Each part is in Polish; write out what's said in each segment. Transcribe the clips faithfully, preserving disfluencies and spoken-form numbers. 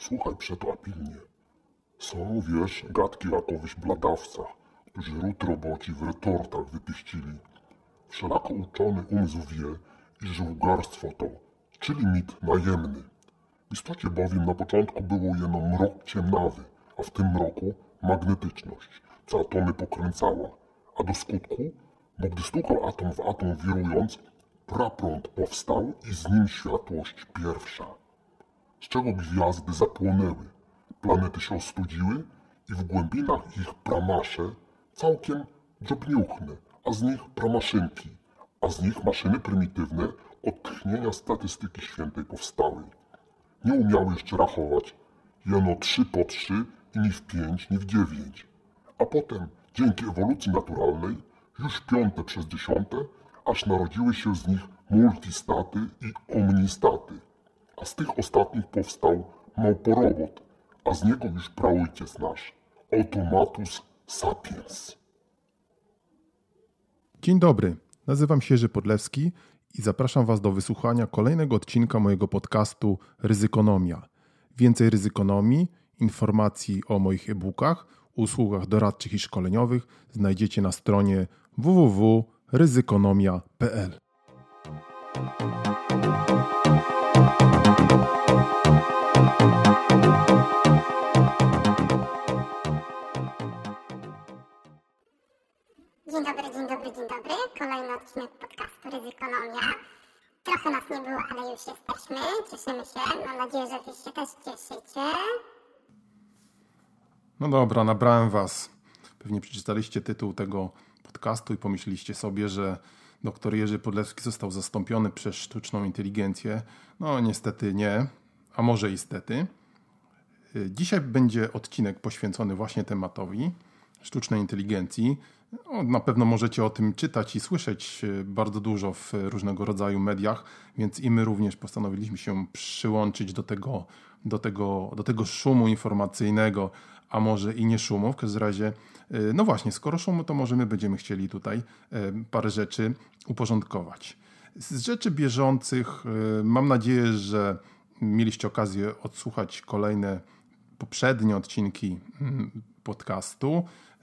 Słuchaj przeto, a pilnie. Są, wiesz, gadki o jakowyś bladawcach, którzy ród roboci w retortach wypieścili. Wszelako uczony umysł wie, iż łgarstwo to, czyli mit najemny. W istocie bowiem na początku było jeno mrok ciemnawy, a w tym mroku magnetyczność, co atomy pokręcała, a do skutku, bo gdy stukał atom w atom wirując, praprąd powstał i z nim światłość pierwsza. Z czego gwiazdy zapłonęły, planety się ostudziły i w głębinach ich pramasze całkiem drobniuchne, a z nich pramaszynki, a z nich maszyny prymitywne od tchnienia statystyki świętej powstały. Nie umiały jeszcze rachować, jeno trzy po trzy i ni w pięć, ni w dziewięć. A potem, dzięki ewolucji naturalnej, już piąte przez dziesiąte, aż narodziły się z nich multistaty i omnistaty. A z tych ostatnich powstał małporobot, a z niego już praojciec nasz, Automatus sapiens. Dzień dobry, nazywam się Jerzy Podlewski i zapraszam Was do wysłuchania kolejnego odcinka mojego podcastu Ryzykonomia. Więcej ryzykonomii, informacji o moich e-bookach, usługach doradczych i szkoleniowych znajdziecie na stronie w w w kropka ryzykonomia kropka p l. Dzień dobry, dzień dobry, dzień dobry. Kolejny odcinek podcastu Ryzykonomia. Trochę nas nie było, ale już jesteśmy. Cieszymy się. Mam nadzieję, że wy się też cieszycie. No dobra, nabrałem Was. Pewnie przeczytaliście tytuł tego podcastu i pomyśleliście sobie, że dr Jerzy Podlewski został zastąpiony przez sztuczną inteligencję. No niestety nie, a może i stety. Dzisiaj będzie odcinek poświęcony właśnie tematowi sztucznej inteligencji. No, na pewno możecie o tym czytać i słyszeć bardzo dużo w różnego rodzaju mediach, więc i my również postanowiliśmy się przyłączyć do tego, do tego, do tego szumu informacyjnego, a może i nie szumu. W każdym razie, no właśnie, skoro szumu, to może my będziemy chcieli tutaj parę rzeczy uporządkować. Z rzeczy bieżących mam nadzieję, że mieliście okazję odsłuchać kolejne poprzednie odcinki podcastu.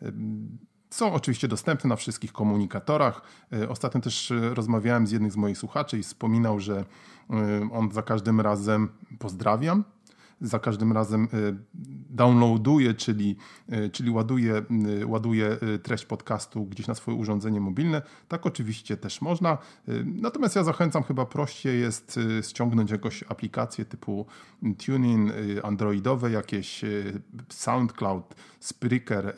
Są oczywiście dostępne na wszystkich komunikatorach. Ostatnio też rozmawiałem z jednym z moich słuchaczy i wspominał, że on za każdym razem pozdrawiam, za każdym razem downloaduje, czyli, czyli ładuje, ładuje treść podcastu gdzieś na swoje urządzenie mobilne. Tak oczywiście też można. Natomiast ja zachęcam, chyba prościej jest ściągnąć jakąś aplikację typu TuneIn, androidowe jakieś, SoundCloud, Spreaker,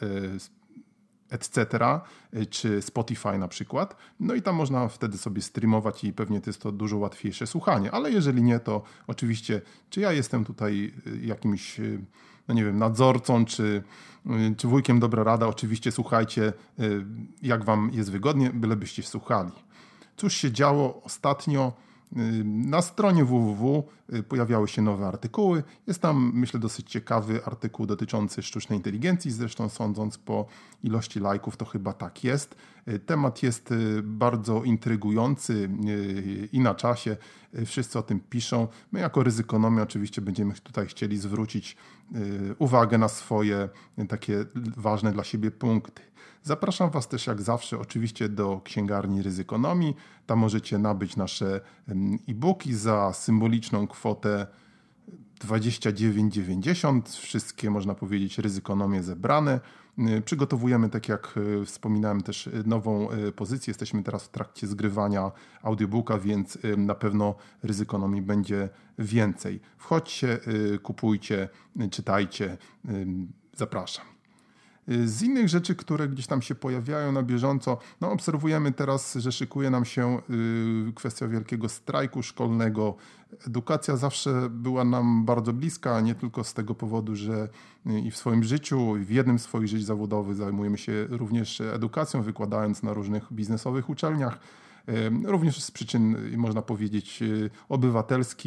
et cetera, czy Spotify na przykład. No i tam można wtedy sobie streamować i pewnie to jest to dużo łatwiejsze słuchanie. Ale jeżeli nie, to oczywiście, czy ja jestem tutaj jakimś, no nie wiem, nadzorcą, czy, czy wujkiem dobra rada, oczywiście słuchajcie, jak wam jest wygodnie, bylebyście słuchali. Cóż się działo ostatnio? Na stronie w w w pojawiały się nowe artykuły. Jest tam, myślę, dosyć ciekawy artykuł dotyczący sztucznej inteligencji. Zresztą sądząc po ilości lajków, to chyba tak jest. Temat jest bardzo intrygujący i na czasie. Wszyscy o tym piszą. My jako Ryzykonomia oczywiście będziemy tutaj chcieli zwrócić uwagę na swoje takie ważne dla siebie punkty. Zapraszam Was też jak zawsze oczywiście do księgarni Ryzykonomii. Tam możecie nabyć nasze e-booki za symboliczną kwotę dwadzieścia dziewięć dziewięćdziesiąt. Wszystkie, można powiedzieć, Ryzykonomie zebrane. Przygotowujemy, tak jak wspominałem, też nową pozycję. Jesteśmy teraz w trakcie zgrywania audiobooka, więc na pewno Ryzykonomii będzie więcej. Wchodźcie, kupujcie, czytajcie. Zapraszam. Z innych rzeczy, które gdzieś tam się pojawiają na bieżąco, no obserwujemy teraz, że szykuje nam się kwestia wielkiego strajku szkolnego. Edukacja zawsze była nam bardzo bliska, nie tylko z tego powodu, że i w swoim życiu, i w jednym z swoich żyć zawodowych zajmujemy się również edukacją, wykładając na różnych biznesowych uczelniach. Również z przyczyn, można powiedzieć, obywatelskich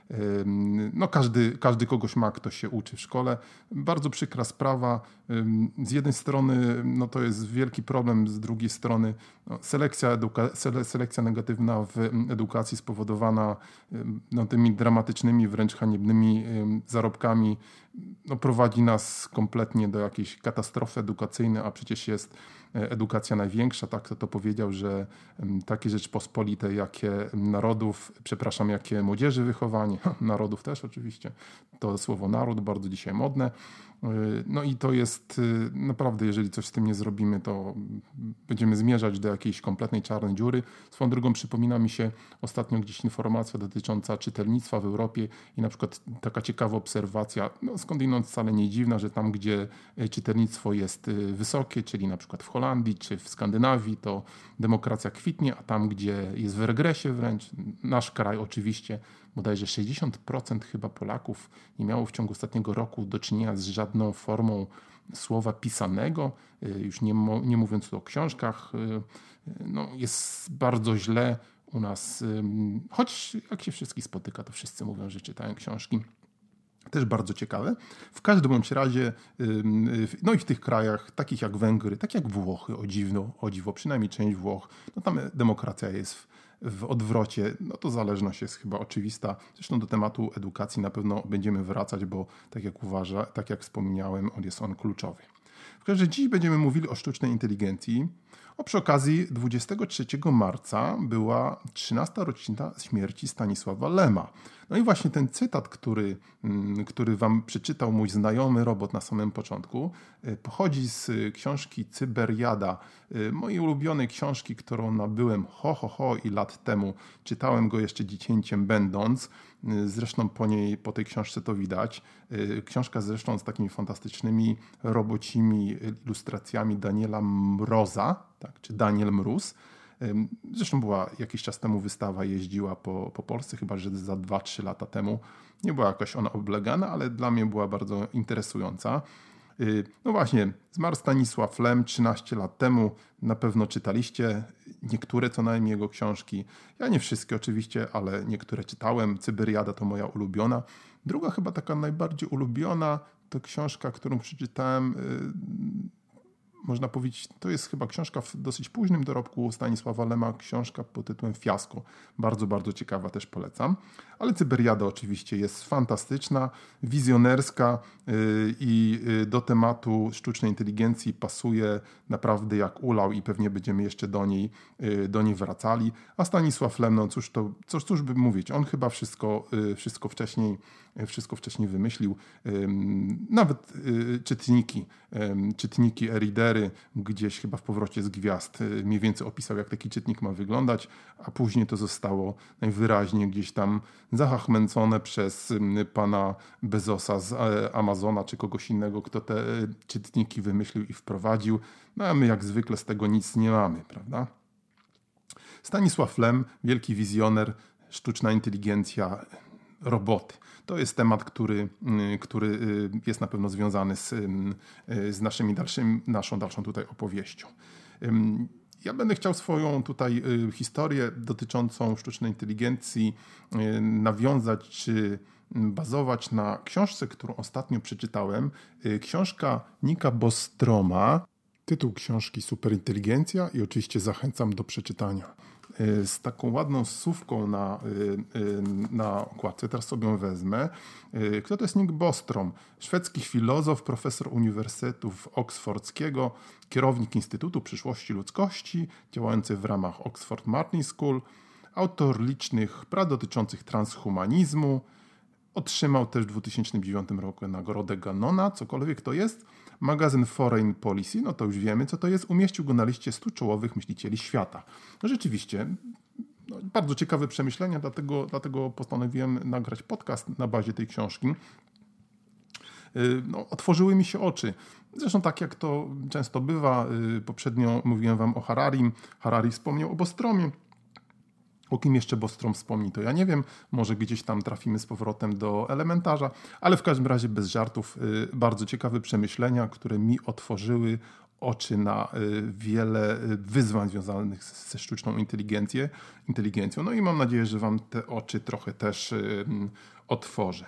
No każdy, każdy kogoś ma, kto się uczy w szkole. Bardzo przykra sprawa. Z jednej strony no to jest wielki problem, z drugiej strony no, selekcja, eduka- selekcja negatywna w edukacji spowodowana no, tymi dramatycznymi, wręcz haniebnymi zarobkami no, prowadzi nas kompletnie do jakiejś katastrofy edukacyjnej, a przecież jest edukacja największa, tak kto to powiedział, że takie Rzeczpospolite, jakie narodów, przepraszam, jakie młodzieży wychowanie, narodów też oczywiście, to słowo naród bardzo dzisiaj modne. No i to jest naprawdę, jeżeli coś z tym nie zrobimy, to będziemy zmierzać do jakiejś kompletnej czarnej dziury. Swoją drogą przypomina mi się ostatnio gdzieś informacja dotycząca czytelnictwa w Europie i na przykład taka ciekawa obserwacja, no skądinąd wcale nie dziwna, że tam, gdzie czytelnictwo jest wysokie, czyli na przykład w Holandii czy w Skandynawii, to demokracja kwitnie, a tam, gdzie jest w regresie wręcz, nasz kraj oczywiście, bodajże sześćdziesiąt procent chyba Polaków nie miało w ciągu ostatniego roku do czynienia z żadną formą słowa pisanego, już nie, nie mówiąc tu o książkach. No, jest bardzo źle u nas, choć jak się wszystkich spotyka, to wszyscy mówią, że czytają książki. Też bardzo ciekawe. W każdym bądź razie, no i w tych krajach, takich jak Węgry, tak jak Włochy, o dziwno, o dziwo, przynajmniej część Włoch, no tam demokracja jest w, w odwrocie, no to zależność jest chyba oczywista. Zresztą do tematu edukacji na pewno będziemy wracać, bo tak jak uważa, tak jak wspomniałem, on jest on kluczowy. W każdym razie dziś będziemy mówili o sztucznej inteligencji. O, przy okazji dwudziestego trzeciego marca była trzynasta rocznica śmierci Stanisława Lema. No i właśnie ten cytat, który, który wam przeczytał mój znajomy robot na samym początku, pochodzi z książki Cyberiada, mojej ulubionej książki, którą nabyłem ho, ho, ho i lat temu. Czytałem go jeszcze dziecięciem będąc. Zresztą po niej, po tej książce to widać. Książka zresztą z takimi fantastycznymi robocimi ilustracjami Daniela Mroza, tak, czy Daniel Mróz. Zresztą była jakiś czas temu wystawa, jeździła po, po Polsce, chyba że za dwa trzy lata temu. Nie była jakaś ona oblegana, ale dla mnie była bardzo interesująca. No właśnie, zmarł Stanisław Lem trzynaście lat temu. Na pewno czytaliście niektóre co najmniej jego książki. Ja nie wszystkie oczywiście, ale niektóre czytałem. Cyberiada to moja ulubiona. Druga chyba taka najbardziej ulubiona to książka, którą przeczytałem, można powiedzieć, to jest chyba książka w dosyć późnym dorobku Stanisława Lema, książka pod tytułem Fiasko. Bardzo, bardzo ciekawa, też polecam. Ale Cyberiada oczywiście jest fantastyczna, wizjonerska i do tematu sztucznej inteligencji pasuje naprawdę jak ulał i pewnie będziemy jeszcze do niej, do niej wracali. A Stanisław Lem, no cóż, to, cóż, cóż by mówić, on chyba wszystko, wszystko wcześniej wszystko wcześniej wymyślił. Nawet czytniki, czytniki e-readery, gdzieś chyba w Powrocie z Gwiazd mniej więcej opisał, jak taki czytnik ma wyglądać, a później to zostało najwyraźniej gdzieś tam zahachmęcone przez pana Bezosa z Amazona, czy kogoś innego, kto te czytniki wymyślił i wprowadził. No a my jak zwykle z tego nic nie mamy, prawda? Stanisław Lem, wielki wizjoner, sztuczna inteligencja, roboty. To jest temat, który, który jest na pewno związany z, z naszymi dalszymi, naszą dalszą tutaj opowieścią. Ja będę chciał swoją tutaj historię dotyczącą sztucznej inteligencji nawiązać czy bazować na książce, którą ostatnio przeczytałem. Książka Nika Bostroma. Tytuł książki Superinteligencja i oczywiście zachęcam do przeczytania. Z taką ładną słówką na, na okładce, teraz sobie ją wezmę. Kto to jest Nick Bostrom? Szwedzki filozof, profesor Uniwersytetu Oksfordzkiego, kierownik Instytutu Przyszłości Ludzkości, działający w ramach Oxford Martin School, autor licznych prac dotyczących transhumanizmu. Otrzymał też w dwa tysiące dziewiątym roku Nagrodę Gannona, cokolwiek to jest. Magazyn Foreign Policy, no to już wiemy, co to jest. Umieścił go na liście stu czołowych myślicieli świata. No rzeczywiście, no, bardzo ciekawe przemyślenia, dlatego, dlatego postanowiłem nagrać podcast na bazie tej książki. No, otworzyły mi się oczy. Zresztą tak jak to często bywa, poprzednio mówiłem wam o Hararim. Harari wspomniał o Bostromie. O kim jeszcze Bostrom wspomni, to ja nie wiem. Może gdzieś tam trafimy z powrotem do elementarza, ale w każdym razie bez żartów bardzo ciekawe przemyślenia, które mi otworzyły oczy na wiele wyzwań związanych ze sztuczną inteligencją. inteligencją. No i mam nadzieję, że wam te oczy trochę też otworzę.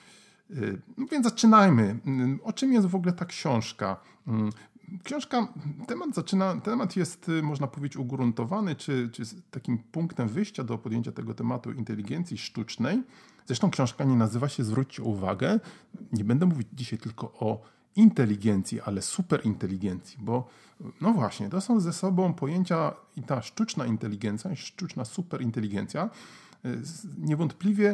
No więc zaczynajmy. O czym jest w ogóle ta książka? Książka, temat zaczyna, temat jest, można powiedzieć, ugruntowany, czy, czy takim punktem wyjścia do podjęcia tego tematu inteligencji sztucznej. Zresztą książka nie nazywa się, zwróćcie uwagę, nie będę mówić dzisiaj tylko o inteligencji, ale superinteligencji, bo no właśnie, to są ze sobą pojęcia i ta sztuczna inteligencja, i sztuczna superinteligencja, niewątpliwie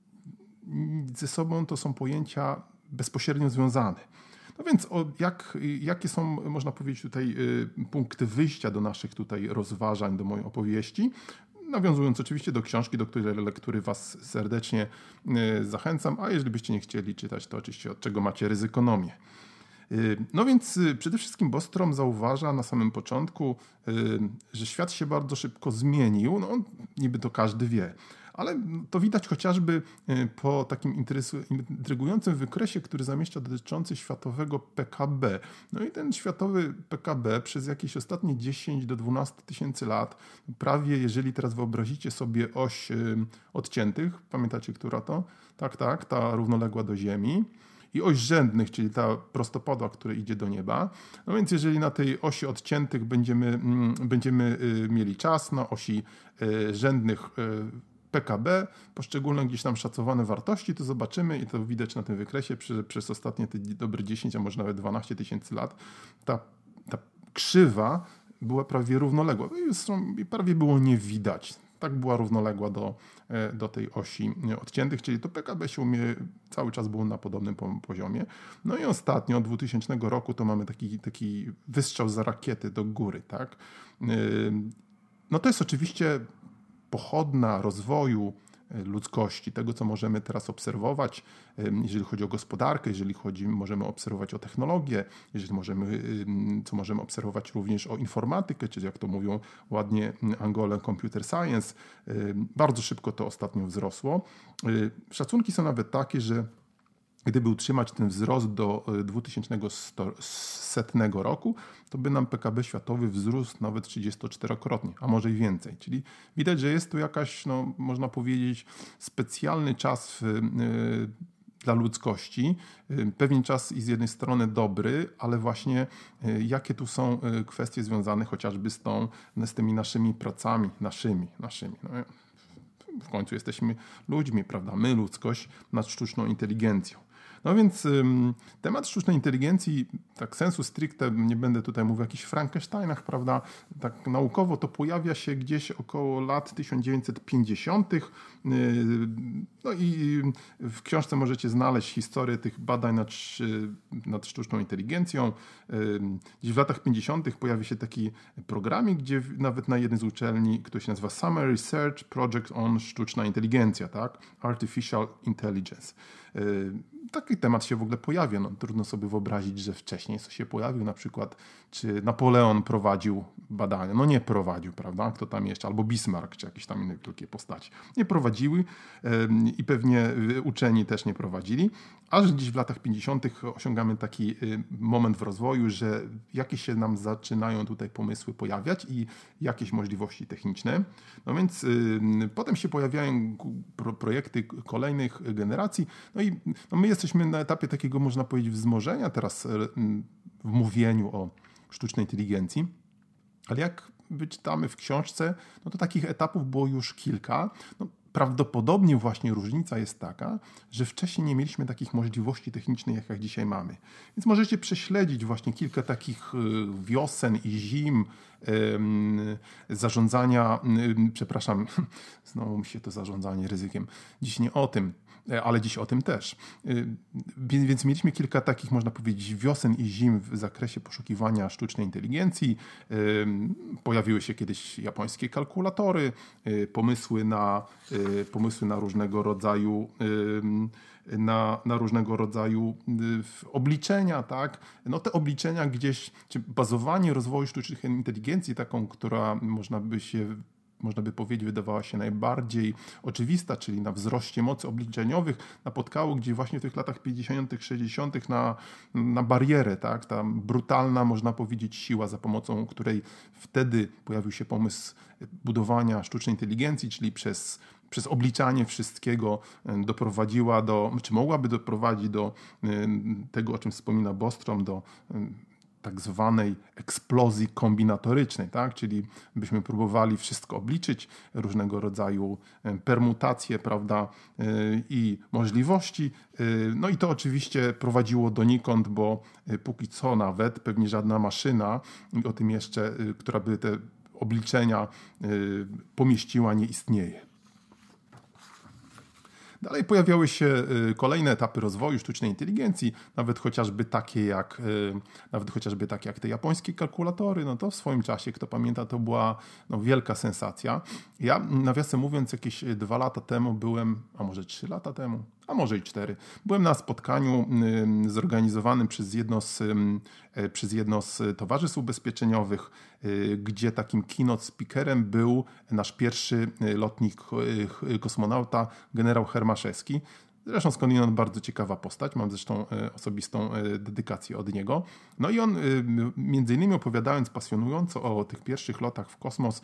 ze sobą to są pojęcia bezpośrednio związane. No więc o jak, jakie są, można powiedzieć, tutaj punkty wyjścia do naszych tutaj rozważań, do mojej opowieści, nawiązując oczywiście do książki, do której lektury was serdecznie zachęcam, a jeżeli byście nie chcieli czytać, to oczywiście od czego macie ryzykonomię. No więc przede wszystkim Bostrom zauważa na samym początku, że świat się bardzo szybko zmienił, no niby to każdy wie, ale to widać chociażby po takim intrygującym wykresie, który zamieszcza dotyczący światowego P K B. No i ten światowy P K B przez jakieś ostatnie dziesięć do dwunastu tysięcy lat, prawie jeżeli teraz wyobrazicie sobie oś odciętych, pamiętacie, która to? Tak, tak, ta równoległa do Ziemi. I oś rzędnych, czyli ta prostopadła, która idzie do nieba. No więc jeżeli na tej osi odciętych będziemy, będziemy mieli czas, na osi rzędnych P K B, poszczególne gdzieś tam szacowane wartości, to zobaczymy i to widać na tym wykresie, że przez ostatnie te dobre dziesięć, a może nawet dwanaście tysięcy lat ta, ta krzywa była prawie równoległa. I prawie było nie widać. Tak była równoległa do, do tej osi odciętych, czyli to P K B się umie, cały czas było na podobnym poziomie. No i ostatnio od dwutysięcznego roku to mamy taki, taki wystrzał za rakiety do góry. Tak? No to jest oczywiście pochodna rozwoju ludzkości, tego co możemy teraz obserwować, jeżeli chodzi o gospodarkę, jeżeli chodzi, możemy obserwować o technologię, jeżeli możemy, co możemy obserwować również o informatykę, czyli jak to mówią ładnie Angole Computer Science. Bardzo szybko to ostatnio wzrosło. Szacunki są nawet takie, że gdyby utrzymać ten wzrost do dwutysięcznego setnego roku, to by nam P K B światowy wzrósł nawet trzydziestoczterokrotnie, a może i więcej. Czyli widać, że jest tu jakaś, no, można powiedzieć, specjalny czas w, yy, dla ludzkości. Yy, pewien czas i z jednej strony dobry, ale właśnie yy, jakie tu są yy, kwestie związane chociażby z, tą, z tymi naszymi pracami, naszymi, naszymi. No, w końcu jesteśmy ludźmi, prawda? My, ludzkość, nad sztuczną inteligencją. No więc ym, temat sztucznej inteligencji, tak sensu stricte, nie będę tutaj mówił o jakichś Frankensteinach, prawda, tak naukowo to pojawia się gdzieś około lat tysiąc dziewięćset pięćdziesiątych. Yy, no i w książce możecie znaleźć historię tych badań nad, nad sztuczną inteligencją. Yy, gdzieś w latach pięćdziesiątych pojawi się taki programik, gdzie nawet na jednej z uczelni, który się nazywa Summer Research Project on sztuczna inteligencja, tak? Artificial Intelligence. Yy, Taki temat się w ogóle pojawia. No, trudno sobie wyobrazić, że wcześniej co się pojawił, na przykład czy Napoleon prowadził badania. No nie prowadził, prawda? Kto tam jeszcze? Albo Bismarck, czy jakieś tam inne wielkie postaci. Nie prowadziły yy, i pewnie uczeni też nie prowadzili. Aż gdzieś w latach pięćdziesiątych osiągamy taki yy, moment w rozwoju, że jakieś się nam zaczynają tutaj pomysły pojawiać i jakieś możliwości techniczne. No więc yy, potem się pojawiają pro, projekty kolejnych generacji. No i no my jesteśmy na etapie takiego, można powiedzieć, wzmożenia teraz w mówieniu o sztucznej inteligencji, ale jak wyczytamy w książce, no to takich etapów było już kilka. No, prawdopodobnie właśnie różnica jest taka, że wcześniej nie mieliśmy takich możliwości technicznych, jak dzisiaj mamy. Więc możecie prześledzić właśnie kilka takich wiosen i zim zarządzania, przepraszam, znowu mi się to zarządzanie ryzykiem. Dziś nie o tym, ale dziś o tym też. Więc mieliśmy kilka takich, można powiedzieć, wiosen i zim w zakresie poszukiwania sztucznej inteligencji. Pojawiły się kiedyś japońskie kalkulatory, pomysły na, pomysły na różnego rodzaju na, na różnego rodzaju obliczenia, tak? No te obliczenia gdzieś, czy bazowanie rozwoju sztucznej inteligencji, taką, która można by się można by powiedzieć, wydawała się najbardziej oczywista, czyli na wzroście mocy obliczeniowych, napotkało gdzieś właśnie w tych latach pięćdziesiątych, sześćdziesiątych na, na barierę, tak? Ta brutalna, można powiedzieć, siła, za pomocą której wtedy pojawił się pomysł budowania sztucznej inteligencji, czyli przez, przez obliczanie wszystkiego doprowadziła do, czy mogłaby doprowadzić do tego, o czym wspomina Bostrom, do tak zwanej eksplozji kombinatorycznej, tak? Czyli byśmy próbowali wszystko obliczyć, różnego rodzaju permutacje, prawda, i możliwości. No i to oczywiście prowadziło donikąd, bo póki co nawet pewnie żadna maszyna, i o tym jeszcze, która by te obliczenia pomieściła, nie istnieje. Dalej pojawiały się kolejne etapy rozwoju sztucznej inteligencji, nawet chociażby takie jak, nawet chociażby takie jak te japońskie kalkulatory. No to w swoim czasie, kto pamięta, to była no, wielka sensacja. Ja, nawiasem mówiąc, jakieś dwa lata temu byłem, a może trzy lata temu, a może i cztery, byłem na spotkaniu zorganizowanym przez jedno z, przez jedno z towarzystw ubezpieczeniowych, gdzie takim keynote speakerem był nasz pierwszy lotnik kosmonauta, generał Hermaszewski. Zresztą skądinąd bardzo ciekawa postać, mam zresztą osobistą dedykację od niego. No i on między innymi opowiadając pasjonująco o tych pierwszych lotach w kosmos,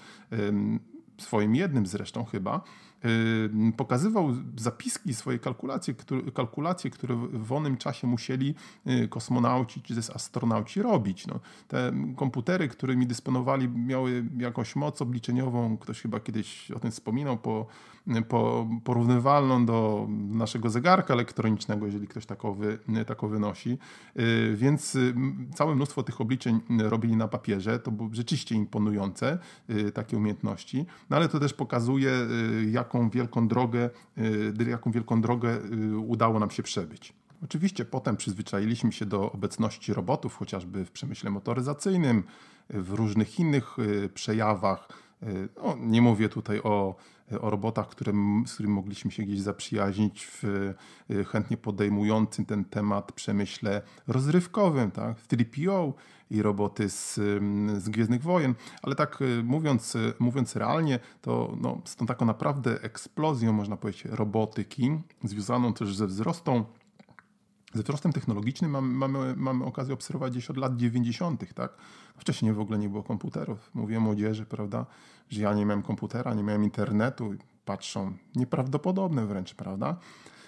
swoim jednym zresztą chyba, pokazywał zapiski, swoje kalkulacje, które, kalkulacje, które w onym czasie musieli kosmonauci czy też astronauci robić. No, te komputery, którymi dysponowali, miały jakąś moc obliczeniową, ktoś chyba kiedyś o tym wspominał, po, po, porównywalną do naszego zegarka elektronicznego, jeżeli ktoś takowy, takowy nosi. Więc całe mnóstwo tych obliczeń robili na papierze. To było rzeczywiście imponujące, takie umiejętności. No ale to też pokazuje, jaką wielką drogę, jaką wielką drogę udało nam się przebyć. Oczywiście potem przyzwyczailiśmy się do obecności robotów, chociażby w przemyśle motoryzacyjnym, w różnych innych przejawach. No, nie mówię tutaj o, o robotach, które, z którymi mogliśmy się gdzieś zaprzyjaźnić w chętnie podejmującym ten temat przemyśle rozrywkowym, tak? trzy P O i roboty z, z Gwiezdnych Wojen, ale tak mówiąc, mówiąc realnie, to no, z tą taką naprawdę eksplozją, można powiedzieć, robotyki, związaną też ze wzrostą Ze wzrostem technologicznym mamy, mamy, mamy okazję obserwować gdzieś od lat dziewięćdziesiątych, tak? Wcześniej w ogóle nie było komputerów. Mówię młodzieży, prawda, że ja nie miałem komputera, nie miałem internetu. Patrzą nieprawdopodobne wręcz, prawda?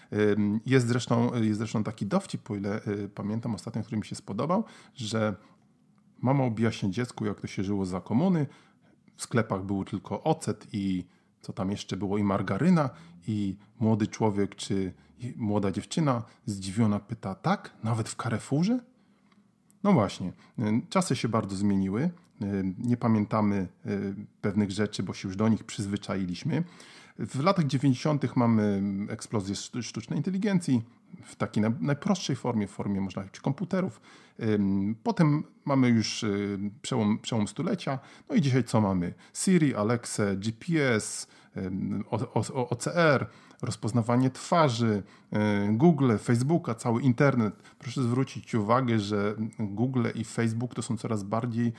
Jest zresztą, jest zresztą taki dowcip, o ile pamiętam ostatnio, który mi się spodobał, że mama objaśnia dziecku, jak to się żyło za komuny. W sklepach był tylko ocet i co tam jeszcze było, i margaryna, i młody człowiek czy młoda dziewczyna zdziwiona pyta, tak? Nawet w Carrefourze? No właśnie, czasy się bardzo zmieniły. Nie pamiętamy pewnych rzeczy, bo się już do nich przyzwyczailiśmy. W latach dziewięćdziesiątych mamy eksplozję sztucznej inteligencji w takiej najprostszej formie, w formie można powiedzieć komputerów. Potem mamy już przełom, przełom stulecia. No i dzisiaj co mamy? Siri, Alexa, G P S, O C R, rozpoznawanie twarzy, Google, Facebooka, cały internet. Proszę zwrócić uwagę, że Google i Facebook to są coraz bardziej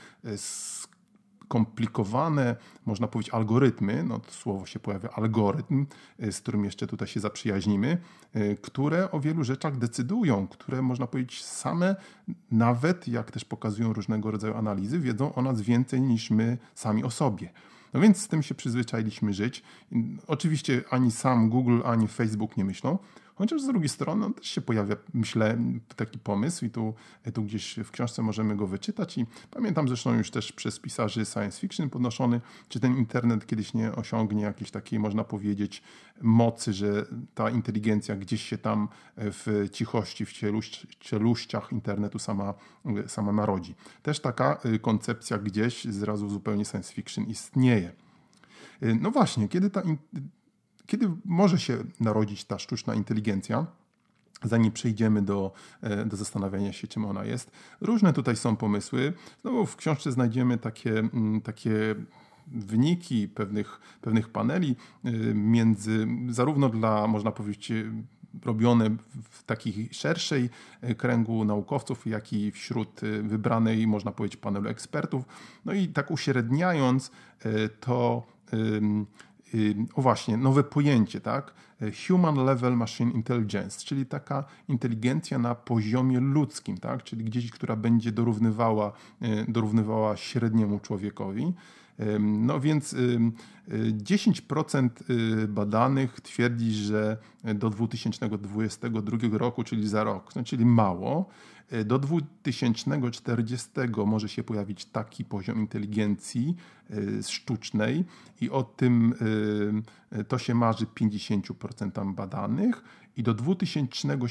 skomplikowane, można powiedzieć, algorytmy, no to słowo się pojawia, algorytm, z którym jeszcze tutaj się zaprzyjaźnimy, które o wielu rzeczach decydują, które można powiedzieć same, nawet jak też pokazują różnego rodzaju analizy, wiedzą o nas więcej niż my sami o sobie. No więc z tym się przyzwyczailiśmy żyć. Oczywiście ani sam Google, ani Facebook nie myślą, chociaż z drugiej strony no, też się pojawia, myślę, taki pomysł i tu, tu gdzieś w książce możemy go wyczytać i pamiętam zresztą już też przez pisarzy science fiction podnoszony, czy ten internet kiedyś nie osiągnie jakiejś takiej, można powiedzieć, mocy, że ta inteligencja gdzieś się tam w cichości, w cieluś, cieluściach internetu sama, sama narodzi. Też taka koncepcja gdzieś zrazu zupełnie science fiction istnieje. No właśnie, kiedy ta Kiedy może się narodzić ta sztuczna inteligencja, zanim przejdziemy do, do zastanawiania się, czym ona jest. Różne tutaj są pomysły. No bo w książce znajdziemy takie, takie wyniki pewnych, pewnych paneli między, zarówno dla, można powiedzieć, robione w takiej szerszej kręgu naukowców, jak i wśród wybranej, można powiedzieć, panelu ekspertów. No i tak uśredniając, to o właśnie, nowe pojęcie, tak? Human Level Machine Intelligence, czyli taka inteligencja na poziomie ludzkim, tak? Czyli gdzieś, która będzie dorównywała, dorównywała średniemu człowiekowi. No więc dziesięć procent badanych twierdzi, że do dwa tysiące dwudziestego drugiego roku, czyli za rok, no czyli mało, do dwa tysiące czterdziestego może się pojawić taki poziom inteligencji sztucznej i o tym to się marzy pięćdziesiąt procent badanych i do dwa tysiące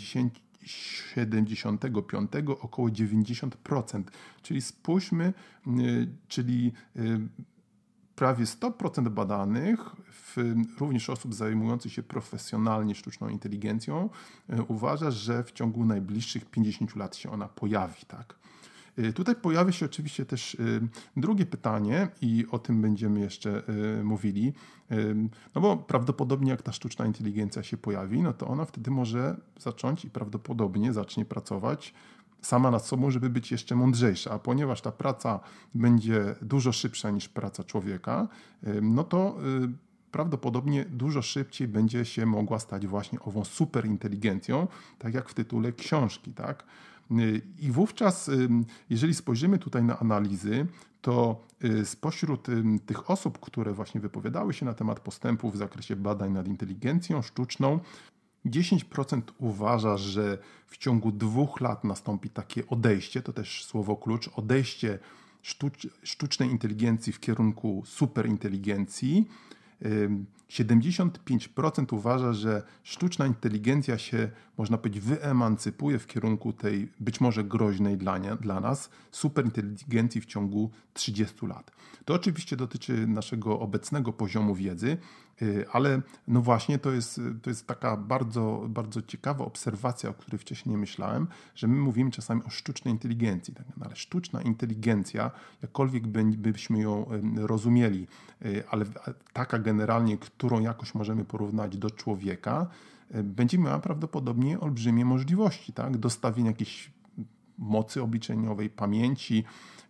siedemdziesiątego piątego około dziewięćdziesiąt procent. Czyli spójrzmy, czyli prawie sto procent badanych, w, również osób zajmujących się profesjonalnie sztuczną inteligencją, uważa, że w ciągu najbliższych pięćdziesięciu lat się ona pojawi. Tak? Tutaj pojawia się oczywiście też drugie pytanie i o tym będziemy jeszcze mówili, no bo prawdopodobnie jak ta sztuczna inteligencja się pojawi, no to ona wtedy może zacząć i prawdopodobnie zacznie pracować sama nad sobą, żeby być jeszcze mądrzejsza, a ponieważ ta praca będzie dużo szybsza niż praca człowieka, no to prawdopodobnie dużo szybciej będzie się mogła stać właśnie ową superinteligencją, tak jak w tytule książki, tak? I wówczas, jeżeli spojrzymy tutaj na analizy, to spośród tych osób, które właśnie wypowiadały się na temat postępów w zakresie badań nad inteligencją sztuczną, dziesięć procent uważa, że w ciągu dwóch lat nastąpi takie odejście, to też słowo klucz, odejście sztucz, sztucznej inteligencji w kierunku superinteligencji. siedemdziesiąt pięć procent uważa, że sztuczna inteligencja się, można powiedzieć, wyemancypuje w kierunku tej być może groźnej dla, nie, dla nas superinteligencji w ciągu trzydziestu lat. To oczywiście dotyczy naszego obecnego poziomu wiedzy, ale no właśnie to jest, to jest taka bardzo, bardzo ciekawa obserwacja, o której wcześniej nie myślałem, że my mówimy czasami o sztucznej inteligencji. Tak? Ale sztuczna inteligencja, jakkolwiek byśmy ją rozumieli, ale taka generalnie, którą jakoś możemy porównać do człowieka, będzie miała prawdopodobnie olbrzymie możliwości, tak? Dostawienia jakiejś mocy obliczeniowej, pamięci.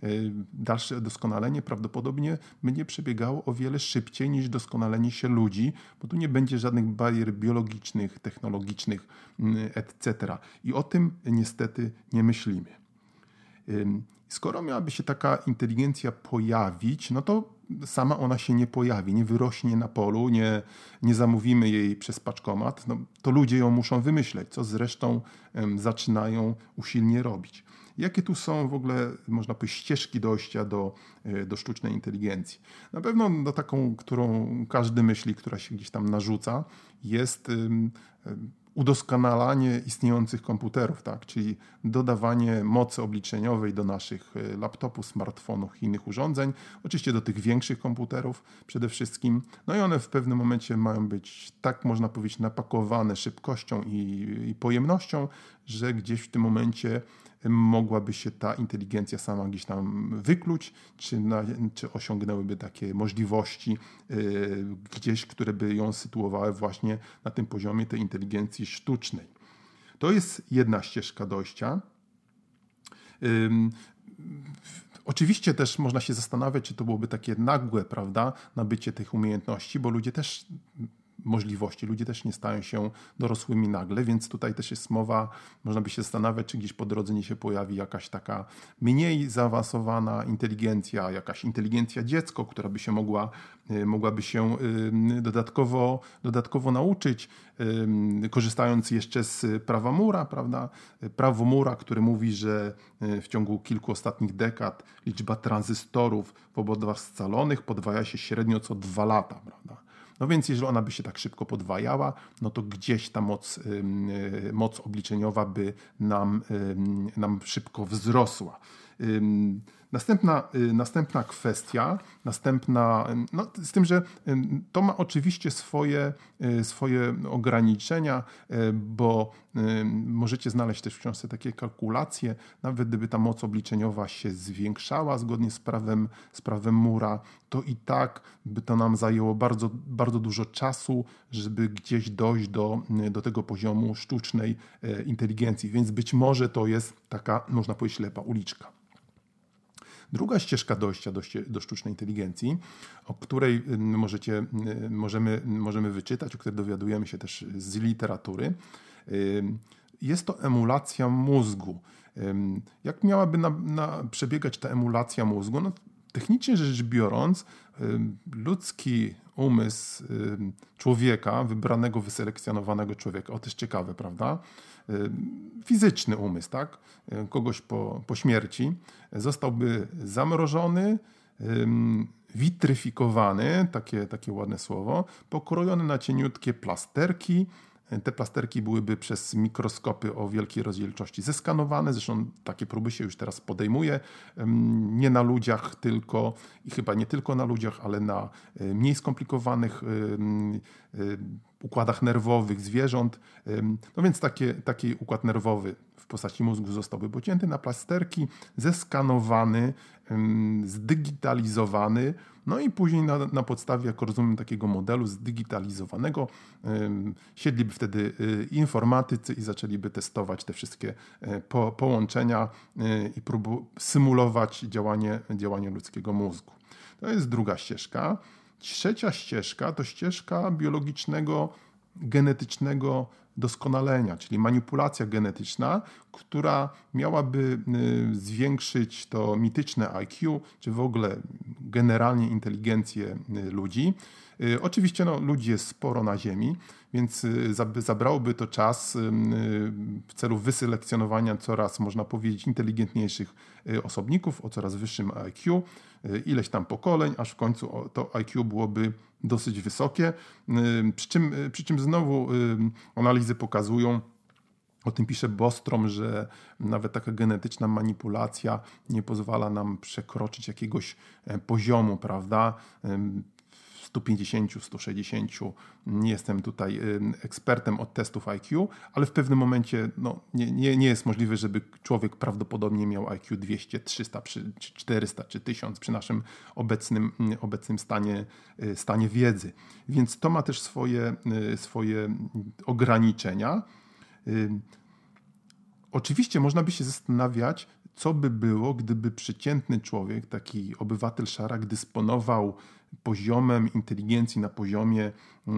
Dalsze doskonalenie prawdopodobnie będzie przebiegało o wiele szybciej niż doskonalenie się ludzi, bo tu nie będzie żadnych barier biologicznych, technologicznych, et cetera. I o tym niestety nie myślimy. Skoro miałaby się taka inteligencja pojawić, no to sama ona się nie pojawi, nie wyrośnie na polu, nie, nie zamówimy jej przez paczkomat, no, to ludzie ją muszą wymyśleć, co zresztą um, zaczynają usilnie robić. Jakie tu są w ogóle, można powiedzieć, ścieżki dojścia do, do sztucznej inteligencji? Na pewno do taką, którą każdy myśli, która się gdzieś tam narzuca, jest um, udoskonalanie istniejących komputerów, tak? Czyli dodawanie mocy obliczeniowej do naszych laptopów, smartfonów i innych urządzeń, oczywiście do tych większych komputerów przede wszystkim. No i one w pewnym momencie mają być, tak można powiedzieć, napakowane szybkością i, i pojemnością, że gdzieś w tym momencie mogłaby się ta inteligencja sama gdzieś tam wykluć, czy, na, czy osiągnęłyby takie możliwości yy, gdzieś, które by ją sytuowały właśnie na tym poziomie tej inteligencji sztucznej. To jest jedna ścieżka dojścia. Yy, Oczywiście też można się zastanawiać, czy to byłoby takie nagłe, prawda, nabycie tych umiejętności, bo ludzie też możliwości. Ludzie też nie stają się dorosłymi nagle, więc tutaj też jest mowa, można by się zastanawiać, czy gdzieś po drodze nie się pojawi jakaś taka mniej zaawansowana inteligencja, jakaś inteligencja dziecko, która by się mogła, mogłaby się dodatkowo, dodatkowo nauczyć, korzystając jeszcze z prawa Moore'a, prawda? Prawo Moore'a, które mówi, że w ciągu kilku ostatnich dekad liczba tranzystorów w obwodach scalonych podwaja się średnio co dwa lata, prawda? No więc jeżeli ona by się tak szybko podwajała, no to gdzieś ta moc, moc obliczeniowa by nam, nam szybko wzrosła. Następna, następna kwestia, następna, no z tym, że to ma oczywiście swoje, swoje ograniczenia, bo możecie znaleźć też w książce takie kalkulacje, nawet gdyby ta moc obliczeniowa się zwiększała zgodnie z prawem, z prawem Moore'a, to i tak by to nam zajęło bardzo, bardzo dużo czasu, żeby gdzieś dojść do, do tego poziomu sztucznej inteligencji, więc być może to jest taka, można powiedzieć, ślepa uliczka. Druga ścieżka dojścia do, do sztucznej inteligencji, o której możecie, możemy, możemy wyczytać, o której dowiadujemy się też z literatury, jest to emulacja mózgu. Jak miałaby na, na przebiegać ta emulacja mózgu? No, technicznie rzecz biorąc, ludzki umysł człowieka, wybranego, wyselekcjonowanego człowieka, o to jest ciekawe, prawda? Fizyczny umysł, tak? Kogoś po, po śmierci, zostałby zamrożony, witryfikowany, takie, takie ładne słowo, pokrojony na cieniutkie plasterki. Te plasterki byłyby przez mikroskopy o wielkiej rozdzielczości zeskanowane. Zresztą takie próby się już teraz podejmuje. Nie na ludziach tylko i chyba nie tylko na ludziach, ale na mniej skomplikowanych układach nerwowych zwierząt. No więc takie, taki układ nerwowy w postaci mózgu zostałby pocięty na plasterki, zeskanowany, zdigitalizowany. No i później na, na podstawie, jak rozumiem, takiego modelu zdigitalizowanego um, siedliby wtedy y, informatycy i zaczęliby testować te wszystkie y, po, połączenia y, i próbu, symulować działanie, działanie ludzkiego mózgu. To jest druga ścieżka. Trzecia ścieżka to ścieżka biologicznego, genetycznego doskonalenia, czyli manipulacja genetyczna, która miałaby zwiększyć to mityczne I Q, czy w ogóle generalnie inteligencję ludzi. Oczywiście no, ludzi jest sporo na Ziemi, więc zabrałoby to czas w celu wyselekcjonowania coraz, można powiedzieć, inteligentniejszych osobników o coraz wyższym I Q, ileś tam pokoleń, aż w końcu to I Q byłoby dosyć wysokie. Przy czym, przy czym znowu analizy pokazują, o tym pisze Bostrom, że nawet taka genetyczna manipulacja nie pozwala nam przekroczyć jakiegoś poziomu, prawda? sto pięćdziesiąt, sto sześćdziesiąt. Nie jestem tutaj ekspertem od testów I Q, ale w pewnym momencie no, nie, nie, nie jest możliwe, żeby człowiek prawdopodobnie miał I Q dwieście, trzysta, czy czterysta, czy tysiąc przy naszym obecnym, obecnym stanie, stanie wiedzy. Więc to ma też swoje, swoje ograniczenia. Oczywiście można by się zastanawiać, co by było, gdyby przeciętny człowiek, taki obywatel szarak, dysponował poziomem inteligencji na poziomie,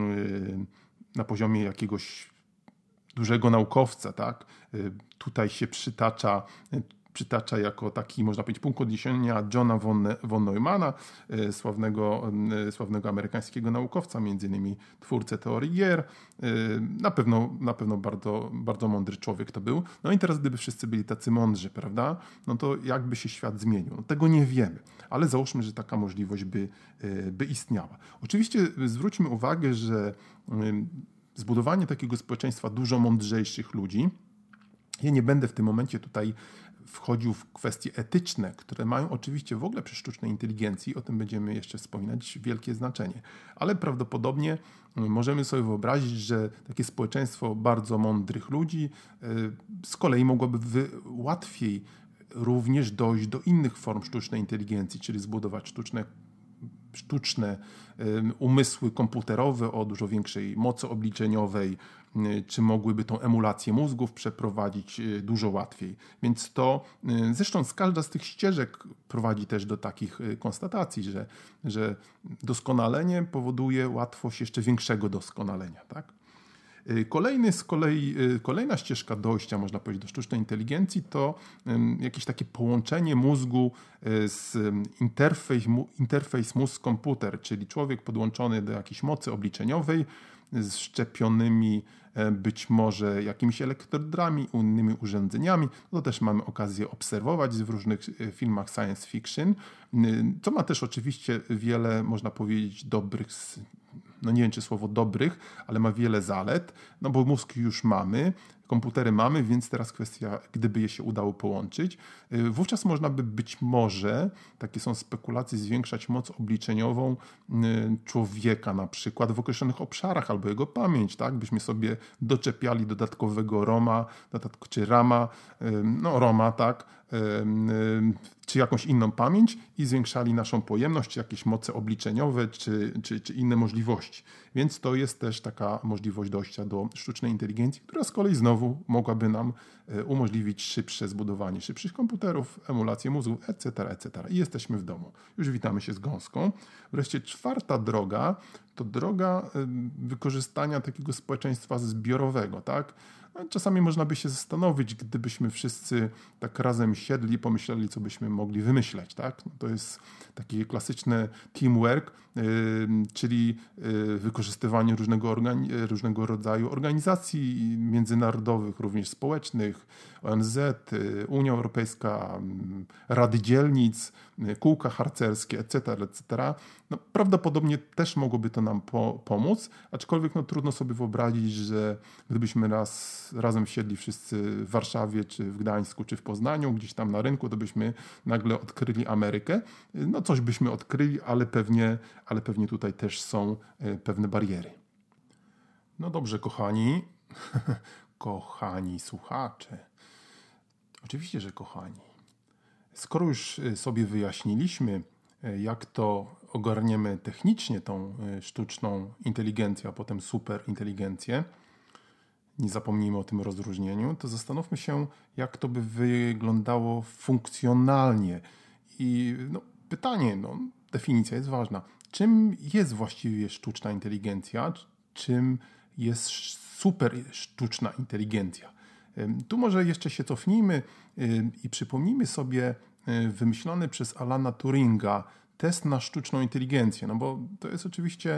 na poziomie jakiegoś dużego naukowca, tak? Tutaj się przytacza, przytacza jako taki, można powiedzieć, punkt odniesienia Johna von, von Neumana, sławnego, sławnego amerykańskiego naukowca, między innymi twórcę teorii gier. Na pewno, na pewno bardzo, bardzo mądry człowiek to był. No i teraz gdyby wszyscy byli tacy mądrzy, prawda? No to jakby się świat zmienił? No tego nie wiemy, ale załóżmy, że taka możliwość by, by istniała. Oczywiście zwróćmy uwagę, że zbudowanie takiego społeczeństwa dużo mądrzejszych ludzi, ja nie będę w tym momencie tutaj wchodził w kwestie etyczne, które mają oczywiście w ogóle przy sztucznej inteligencji, o tym będziemy jeszcze wspominać, wielkie znaczenie. Ale prawdopodobnie możemy sobie wyobrazić, że takie społeczeństwo bardzo mądrych ludzi z kolei mogłoby łatwiej również dojść do innych form sztucznej inteligencji, czyli zbudować sztuczne sztuczne umysły komputerowe o dużo większej mocy obliczeniowej, czy mogłyby tą emulację mózgów przeprowadzić dużo łatwiej. Więc to, zresztą każda z tych ścieżek prowadzi też do takich konstatacji, że, że doskonalenie powoduje łatwość jeszcze większego doskonalenia, tak? Kolejny z kolei, kolejna ścieżka dojścia, można powiedzieć, do sztucznej inteligencji to jakieś takie połączenie mózgu z interfejs, interfejs mózg-komputer, czyli człowiek podłączony do jakiejś mocy obliczeniowej z szczepionymi być może jakimiś elektrodami, innymi urządzeniami. To też mamy okazję obserwować w różnych filmach science fiction, co ma też oczywiście wiele, można powiedzieć, dobrych, no nie wiem czy słowo dobrych, ale ma wiele zalet, no bo mózg już mamy, komputery mamy, więc teraz kwestia, gdyby je się udało połączyć, wówczas można by być może, takie są spekulacje, zwiększać moc obliczeniową człowieka na przykład w określonych obszarach albo jego pamięć, tak? Byśmy sobie doczepiali dodatkowego ROMa, czy RAMa, no ROMa, tak? czy jakąś inną pamięć i zwiększali naszą pojemność, czy jakieś moce obliczeniowe, czy, czy, czy inne możliwości. Więc to jest też taka możliwość dojścia do sztucznej inteligencji, która z kolei znowu mogłaby nam umożliwić szybsze zbudowanie szybszych komputerów, emulację mózgu, et cetera, et cetera. I jesteśmy w domu. Już witamy się z gąską. Wreszcie czwarta droga to droga wykorzystania takiego społeczeństwa zbiorowego, tak? Czasami można by się zastanowić, gdybyśmy wszyscy tak razem siedli i pomyśleli, co byśmy mogli wymyśleć. Tak? To jest taki klasyczny teamwork, yy, czyli yy, wykorzystywanie różnego, organi- różnego rodzaju organizacji międzynarodowych, również społecznych, O N Z, yy, Unia Europejska, yy, rady dzielnic, yy, kółka harcerskie, et cetera, et cetera. No, prawdopodobnie też mogłoby to nam po- pomóc, aczkolwiek no, trudno sobie wyobrazić, że gdybyśmy raz razem siedli wszyscy w Warszawie, czy w Gdańsku, czy w Poznaniu, gdzieś tam na rynku, to byśmy nagle odkryli Amerykę. No coś byśmy odkryli, ale pewnie, ale pewnie tutaj też są pewne bariery. No dobrze, kochani, kochani słuchacze. Oczywiście, że kochani. Skoro już sobie wyjaśniliśmy, jak to ogarniemy technicznie tą sztuczną inteligencję, a potem superinteligencję, nie zapomnijmy o tym rozróżnieniu, to zastanówmy się, jak to by wyglądało funkcjonalnie. I no, pytanie, no, definicja jest ważna. Czym jest właściwie sztuczna inteligencja? Czym jest super sztuczna inteligencja? Tu może jeszcze się cofnijmy i przypomnijmy sobie wymyślony przez Alana Turinga test na sztuczną inteligencję, no bo to jest oczywiście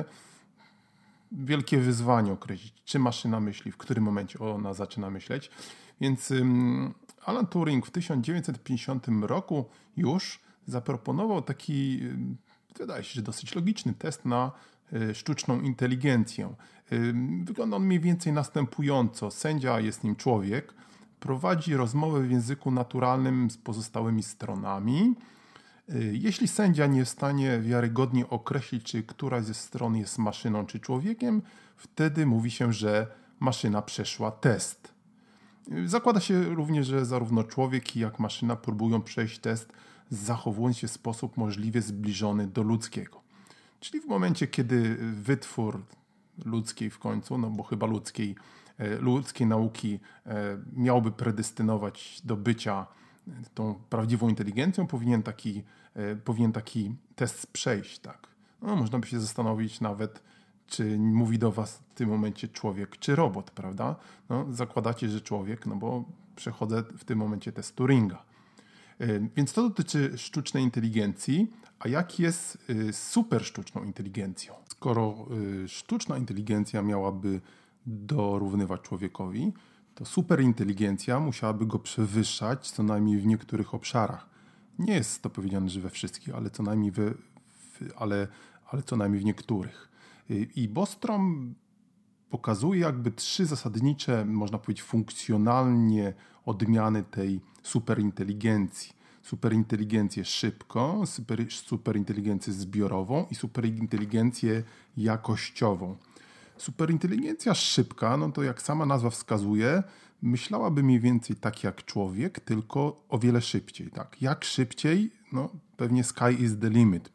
wielkie wyzwanie określić, czy maszyna myśli, w którym momencie ona zaczyna myśleć. Więc um, Alan Turing w tysiąc dziewięćset pięćdziesiątym roku już zaproponował taki, wydaje się, że dosyć logiczny test na y, sztuczną inteligencję. Y, wygląda on mniej więcej następująco. Sędzia, jest nim człowiek, prowadzi rozmowę w języku naturalnym z pozostałymi stronami. Jeśli sędzia nie jest w stanie wiarygodnie określić, czy któraś ze stron jest maszyną czy człowiekiem, wtedy mówi się, że maszyna przeszła test. Zakłada się również, że zarówno człowiek, jak maszyna próbują przejść test, zachowując się w sposób możliwie zbliżony do ludzkiego. Czyli w momencie, kiedy wytwór ludzkiej w końcu, no bo chyba ludzkiej, ludzkiej nauki miałby predestynować do bycia tą prawdziwą inteligencją, powinien taki, e, powinien taki test przejść. Tak. No, można by się zastanowić nawet, czy mówi do was w tym momencie człowiek, czy robot, prawda? No, zakładacie, że człowiek, no bo przechodzę w tym momencie test Turinga. E, więc to dotyczy sztucznej inteligencji, a jak jest e, super sztuczną inteligencją? Skoro e, sztuczna inteligencja miałaby dorównywać człowiekowi, to superinteligencja musiałaby go przewyższać co najmniej w niektórych obszarach. Nie jest to powiedziane, że we wszystkich, ale co najmniej, we, w, ale, ale co najmniej w niektórych. I Bostrom pokazuje jakby trzy zasadnicze, można powiedzieć funkcjonalnie odmiany tej superinteligencji. Superinteligencję szybką, super, superinteligencję zbiorową i superinteligencję jakościową. Superinteligencja szybka, no to jak sama nazwa wskazuje, myślałaby mniej więcej tak jak człowiek, tylko o wiele szybciej. Tak? Jak szybciej? No pewnie sky is the limit.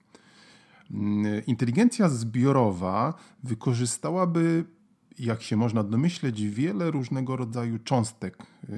Inteligencja zbiorowa wykorzystałaby, jak się można domyśleć, wiele różnego rodzaju cząstek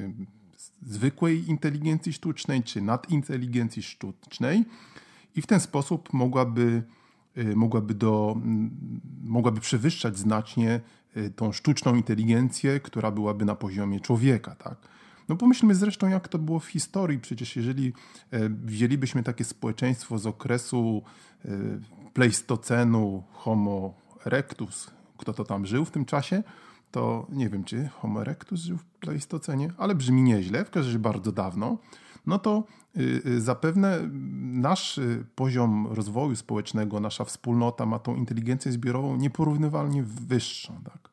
zwykłej inteligencji sztucznej czy nadinteligencji sztucznej i w ten sposób mogłaby mogłaby, do, mogłaby przewyższać znacznie tą sztuczną inteligencję, która byłaby na poziomie człowieka. Tak? No pomyślmy zresztą, jak to było w historii. Przecież jeżeli wzięlibyśmy takie społeczeństwo z okresu pleistocenu, Homo erectus, kto to tam żył w tym czasie, to nie wiem, czy Homo erectus żył w pleistocenie, ale brzmi nieźle, w każdym razie bardzo dawno, no to y, zapewne nasz poziom rozwoju społecznego, nasza wspólnota ma tą inteligencję zbiorową nieporównywalnie wyższą. Tak?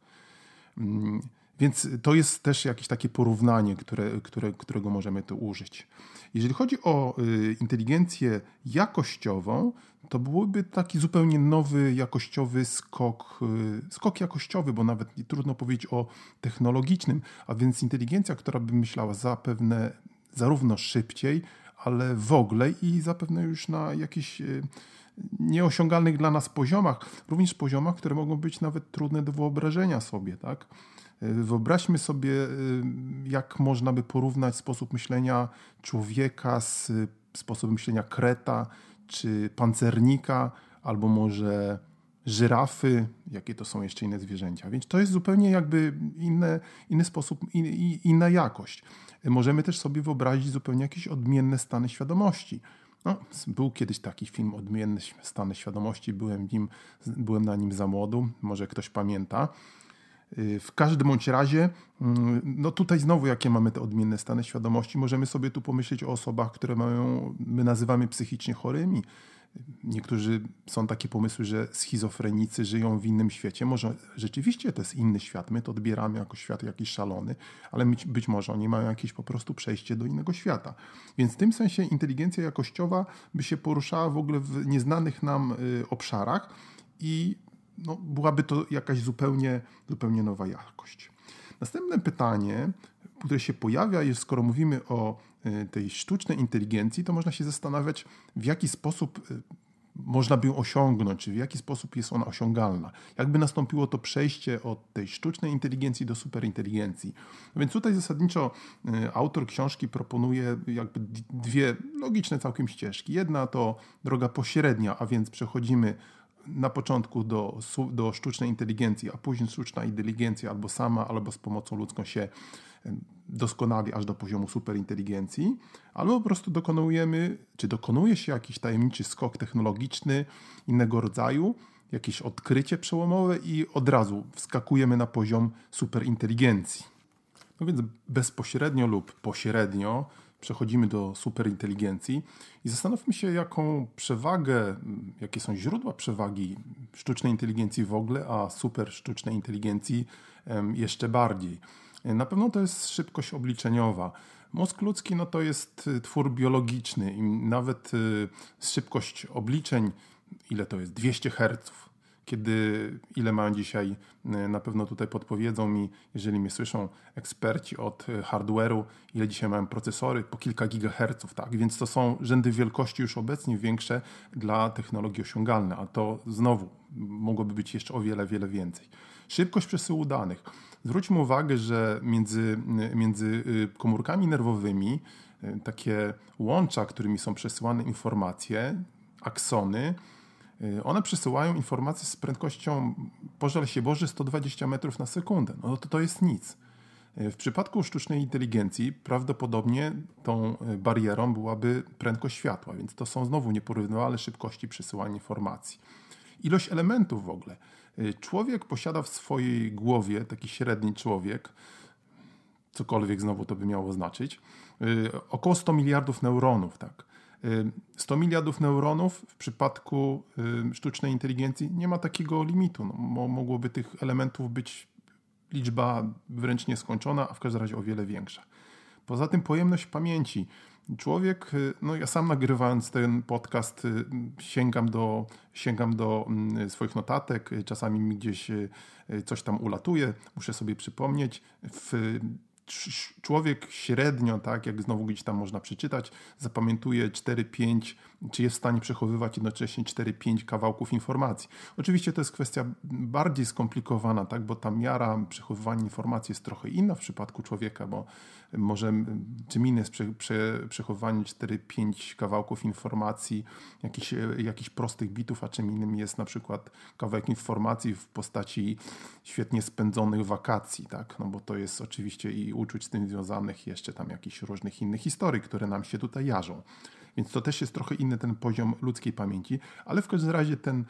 Więc to jest też jakieś takie porównanie, które, które, którego możemy tu użyć. Jeżeli chodzi o y, inteligencję jakościową, to byłby taki zupełnie nowy jakościowy skok, y, skok jakościowy, bo nawet nie trudno powiedzieć o technologicznym, a więc inteligencja, która by myślała zapewne zarówno szybciej, ale w ogóle i zapewne już na jakichś nieosiągalnych dla nas poziomach, również poziomach, które mogą być nawet trudne do wyobrażenia sobie, tak? Wyobraźmy sobie, jak można by porównać sposób myślenia człowieka z sposobem myślenia kreta, czy pancernika, albo może żyrafy, jakie to są jeszcze inne zwierzęcia. Więc to jest zupełnie jakby inny, inny sposób, in, inna jakość. Możemy też sobie wyobrazić zupełnie jakieś odmienne stany świadomości. No, był kiedyś taki film Odmienne stany świadomości, byłem, nim, byłem na nim za młodu, może ktoś pamięta. W każdym bądź razie, no tutaj znowu jakie mamy te odmienne stany świadomości, możemy sobie tu pomyśleć o osobach, które mają, my nazywamy psychicznie chorymi. Niektórzy są takie pomysły, że schizofrenicy żyją w innym świecie. Może rzeczywiście to jest inny świat, my to odbieramy jako świat jakiś szalony, ale być może oni mają jakieś po prostu przejście do innego świata. Więc w tym sensie inteligencja jakościowa by się poruszała w ogóle w nieznanych nam obszarach i no, byłaby to jakaś zupełnie, zupełnie nowa jakość. Następne pytanie, które się pojawia, jest, skoro mówimy o tej sztucznej inteligencji, to można się zastanawiać, w jaki sposób można by ją osiągnąć, czy w jaki sposób jest ona osiągalna. Jakby nastąpiło to przejście od tej sztucznej inteligencji do superinteligencji. No więc tutaj zasadniczo autor książki proponuje jakby dwie logiczne całkiem ścieżki. Jedna to droga pośrednia, a więc przechodzimy na początku do, do sztucznej inteligencji, a później sztuczna inteligencja albo sama, albo z pomocą ludzką się doskonali aż do poziomu superinteligencji, albo po prostu dokonujemy, czy dokonuje się jakiś tajemniczy skok technologiczny innego rodzaju, jakieś odkrycie przełomowe i od razu wskakujemy na poziom superinteligencji. No więc bezpośrednio lub pośrednio przechodzimy do superinteligencji i zastanówmy się, jaką przewagę, jakie są źródła przewagi sztucznej inteligencji w ogóle, a super sztucznej inteligencji jeszcze bardziej. Na pewno to jest szybkość obliczeniowa. Mózg ludzki no to jest twór biologiczny i nawet szybkość obliczeń, ile to jest? dwieście herców. Kiedy, ile mają dzisiaj, na pewno tutaj podpowiedzą mi, jeżeli mnie słyszą eksperci od hardware'u, ile dzisiaj mają procesory, po kilka gigaherców, tak? Więc to są rzędy wielkości już obecnie większe dla technologii osiągalne, a to znowu mogłoby być jeszcze o wiele, wiele więcej. Szybkość przesyłu danych. Zwróćmy uwagę, że między, między komórkami nerwowymi takie łącza, którymi są przesyłane informacje, aksony, one przesyłają informacje z prędkością, pożal się Boże, sto dwadzieścia metrów na sekundę. No to to jest nic. W przypadku sztucznej inteligencji prawdopodobnie tą barierą byłaby prędkość światła, więc to są znowu nieporównywalne szybkości przesyłania informacji. Ilość elementów w ogóle. Człowiek posiada w swojej głowie, taki średni człowiek, cokolwiek znowu to by miało znaczyć, około sto miliardów neuronów, tak. sto miliardów neuronów w przypadku sztucznej inteligencji nie ma takiego limitu. No, mogłoby tych elementów być liczba wręcz nieskończona, a w każdym razie o wiele większa. Poza tym pojemność pamięci. Człowiek, no ja sam nagrywając ten podcast sięgam do, sięgam do swoich notatek, czasami mi gdzieś coś tam ulatuje, muszę sobie przypomnieć. W Człowiek średnio, tak jak znowu gdzieś tam można przeczytać, zapamiętuje cztery pięć, czy jest w stanie przechowywać jednocześnie cztery pięć kawałków informacji. Oczywiście to jest kwestia bardziej skomplikowana, tak, bo ta miara przechowywania informacji jest trochę inna w przypadku człowieka, bo może czym innym jest prze, prze, przechowywanie cztery pięć kawałków informacji, jakichś, jakichś prostych bitów, a czym innym jest na przykład kawałek informacji w postaci świetnie spędzonych wakacji, tak, no bo to jest oczywiście i uczuć z tym związanych, jeszcze tam jakichś różnych innych historii, które nam się tutaj jarzą. Więc to też jest trochę inny ten poziom ludzkiej pamięci, ale w każdym razie ten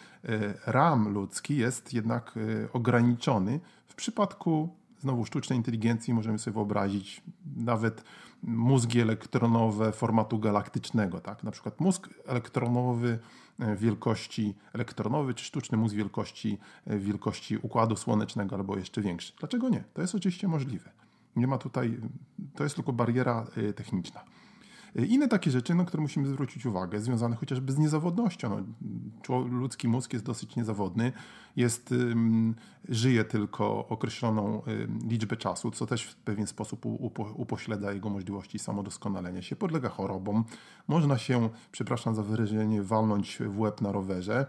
RAM ludzki jest jednak ograniczony. W przypadku znowu sztucznej inteligencji możemy sobie wyobrazić nawet mózgi elektronowe formatu galaktycznego, tak? Na przykład mózg elektronowy wielkości elektronowy, czy sztuczny mózg wielkości, wielkości Układu Słonecznego albo jeszcze większy. Dlaczego nie? To jest oczywiście możliwe. Nie ma tutaj, to jest tylko bariera techniczna. Inne takie rzeczy, na które musimy zwrócić uwagę, związane chociażby z niezawodnością. No, ludzki mózg jest dosyć niezawodny, jest, żyje tylko określoną liczbę czasu, co też w pewien sposób upośledza jego możliwości samodoskonalenia się, podlega chorobom. Można się, przepraszam za wyrażenie, walnąć w łeb na rowerze.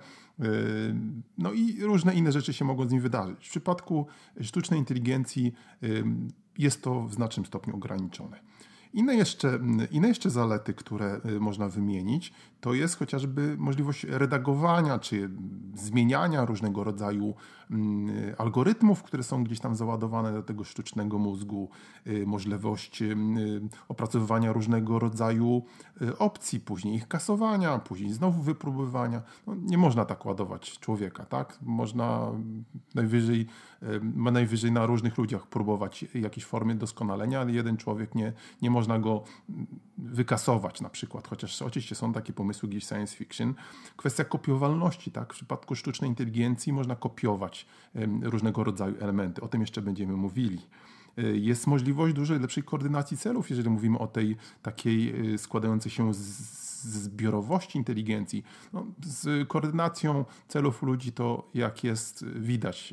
No i różne inne rzeczy się mogą z nim wydarzyć. W przypadku sztucznej inteligencji jest to w znacznym stopniu ograniczone. Inne jeszcze, inne jeszcze zalety, które można wymienić, to jest chociażby możliwość redagowania czy zmieniania różnego rodzaju algorytmów, które są gdzieś tam załadowane do tego sztucznego mózgu, możliwość opracowywania różnego rodzaju opcji, później ich kasowania, później znowu wypróbowania. No, nie można tak ładować człowieka, tak? Można najwyżej, ma najwyżej na różnych ludziach próbować jakieś formy doskonalenia, ale jeden człowiek nie, nie można go wykasować na przykład, chociaż oczywiście są takie pomysły gdzieś science fiction. Kwestia kopiowalności, tak? W przypadku sztucznej inteligencji można kopiować różnego rodzaju elementy. O tym jeszcze będziemy mówili. Jest możliwość dużej, lepszej koordynacji celów, jeżeli mówimy o tej takiej składającej się z zbiorowości inteligencji. No, z koordynacją celów ludzi to jak jest widać.